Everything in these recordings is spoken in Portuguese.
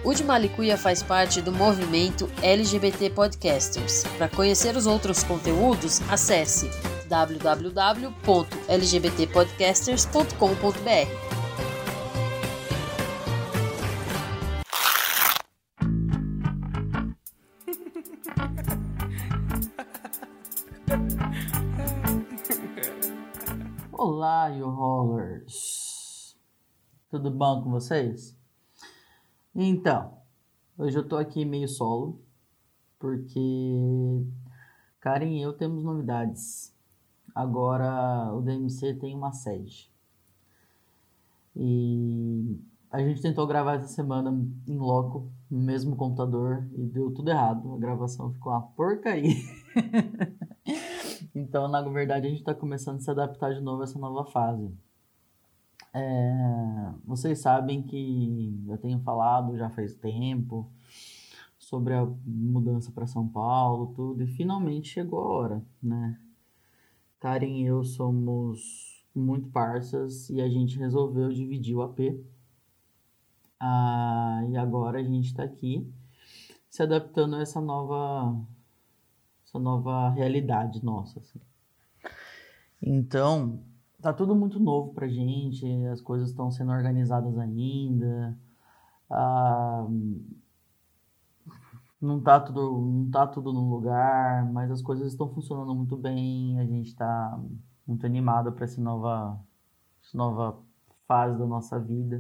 O de Malicuia faz parte do movimento LGBT Podcasters. Para conhecer os outros conteúdos, acesse www.lgbtpodcasters.com.br. Olá, you rollers! Tudo bom com vocês? Então, hoje eu tô aqui meio solo, porque Karen e eu temos novidades. Agora o DMC tem uma sede. E a gente tentou gravar essa semana em loco, no mesmo computador, e deu tudo errado. A gravação ficou uma porcaria. Então, na verdade, a gente está começando a se adaptar de novo a essa nova fase. Vocês sabem que eu tenho falado já faz tempo sobre a mudança para São Paulo, tudo, e finalmente chegou a hora, né? Karen e eu somos muito parças e a gente resolveu dividir o AP. E agora a gente está aqui se adaptando a essa nova realidade nossa, assim. Então, tá tudo muito novo pra gente, as coisas estão sendo organizadas ainda, não tá tudo no lugar, mas as coisas estão funcionando muito bem, a gente tá muito animado para essa nova fase da nossa vida.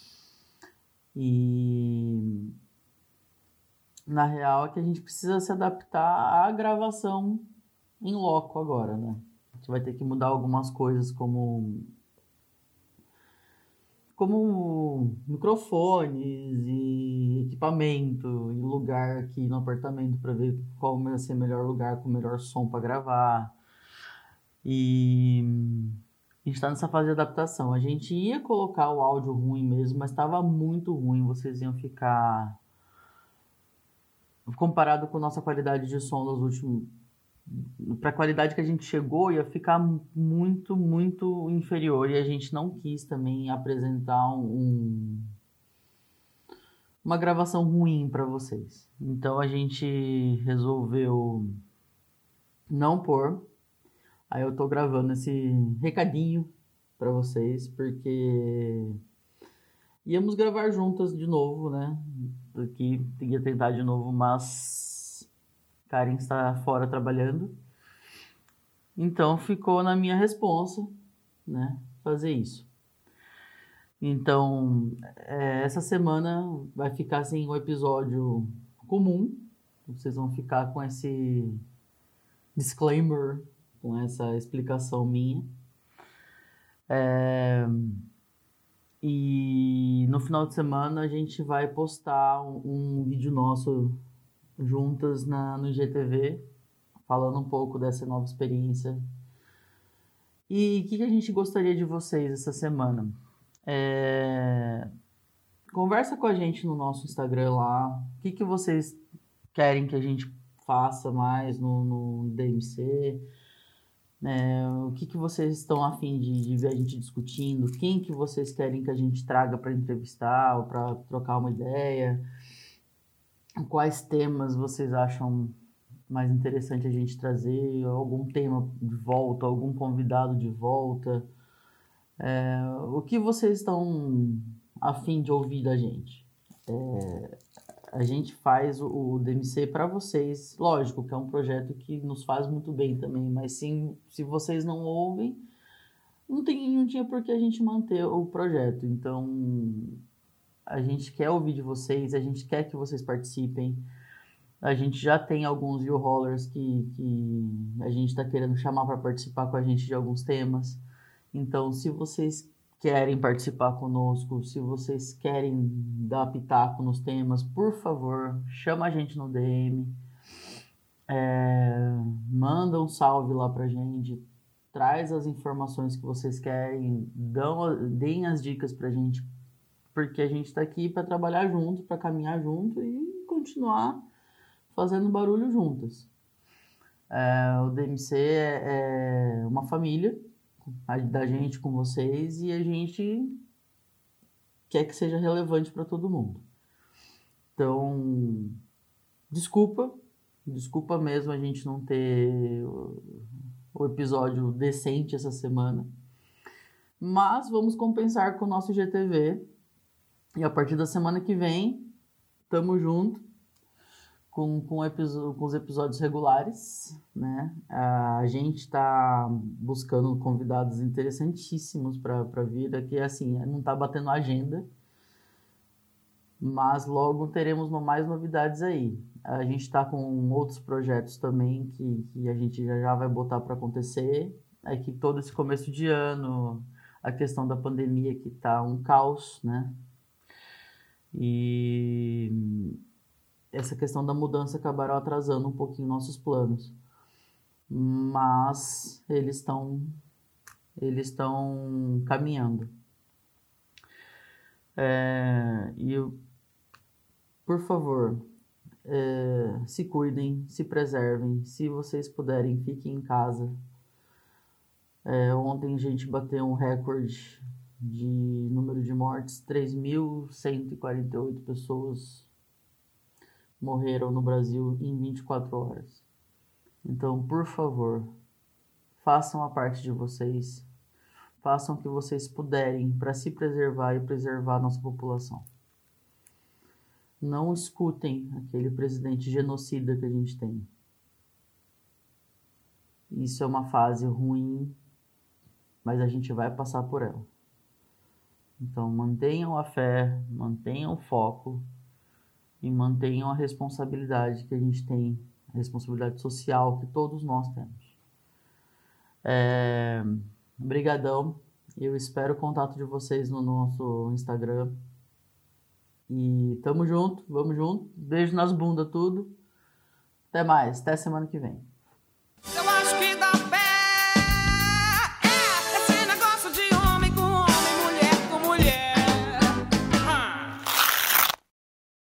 E na real é que a gente precisa se adaptar à gravação em loco agora, né? A gente vai ter que mudar algumas coisas como microfones e equipamento e lugar aqui no apartamento para ver qual vai ser o melhor lugar com o melhor som para gravar. E a gente está nessa fase de adaptação. A gente ia colocar o áudio ruim mesmo, mas estava muito ruim. Vocês iam ficar... Comparado com nossa qualidade de som dos últimos... Para a qualidade que a gente chegou, ia ficar muito, muito inferior. E a gente não quis também apresentar uma gravação ruim para vocês. Então a gente resolveu não pôr. Aí eu tô gravando esse recadinho para vocês, porque íamos gravar juntas de novo, né? Aqui ia tentar de novo, mas Karen está fora trabalhando. Então ficou na minha responsa, né? Fazer isso. Então, essa semana vai ficar assim um episódio comum. Vocês vão ficar com esse disclaimer, com essa explicação minha. E no final de semana a gente vai postar um vídeo nosso juntas no IGTV, falando um pouco dessa nova experiência. E o que a gente gostaria de vocês essa semana? Conversa com a gente no nosso Instagram lá. O que vocês querem que a gente faça mais no DMC? O que vocês estão a fim de ver a gente discutindo? Quem que vocês querem que a gente traga para entrevistar ou para trocar uma ideia? Quais temas vocês acham mais interessante a gente trazer? Algum tema de volta, algum convidado de volta? O que vocês estão a fim de ouvir da gente? A gente faz o DMC para vocês, lógico que é um projeto que nos faz muito bem também, mas sim, se vocês não ouvem, não tinha por que a gente manter o projeto. Então, a gente quer ouvir de vocês, a gente quer que vocês participem. A gente já tem alguns U-Rollers que a gente está querendo chamar para participar com a gente de alguns temas. Então, se vocês querem participar conosco, se vocês querem dar pitaco nos temas, por favor, chama a gente no DM, manda um salve lá pra gente, traz as informações que vocês querem, deem as dicas pra gente, porque a gente tá aqui para trabalhar junto, para caminhar junto e continuar fazendo barulho juntas. O DMC é uma família da gente com vocês e a gente quer que seja relevante para todo mundo. Então, desculpa mesmo a gente não ter o episódio decente essa semana. Mas vamos compensar com o nosso GTV. E a partir da semana que vem, tamo junto com os episódios regulares, né? A gente está buscando convidados interessantíssimos para vir aqui, assim, não está batendo agenda, mas logo teremos mais novidades aí. A gente está com outros projetos também que a gente já vai botar para acontecer. É que todo esse começo de ano, a questão da pandemia que está um caos, né? E essa questão da mudança acabaram atrasando um pouquinho nossos planos. Mas eles estão caminhando. Por favor, se cuidem, se preservem. Se vocês puderem, fiquem em casa. Ontem a gente bateu um recorde de número de mortes. 3.148 pessoas morreram no Brasil em 24 horas. Então, por favor, façam a parte de vocês. Façam o que vocês puderem para se preservar e preservar a nossa população. Não escutem aquele presidente genocida que a gente tem. Isso é uma fase ruim, mas a gente vai passar por ela. Então, mantenham a fé, mantenham o foco e mantenham a responsabilidade que a gente tem, a responsabilidade social que todos nós temos. Obrigadão. Eu espero o contato de vocês no nosso Instagram. E tamo junto, vamos junto. Beijo nas bundas, tudo. Até mais, até semana que vem. Eu acho que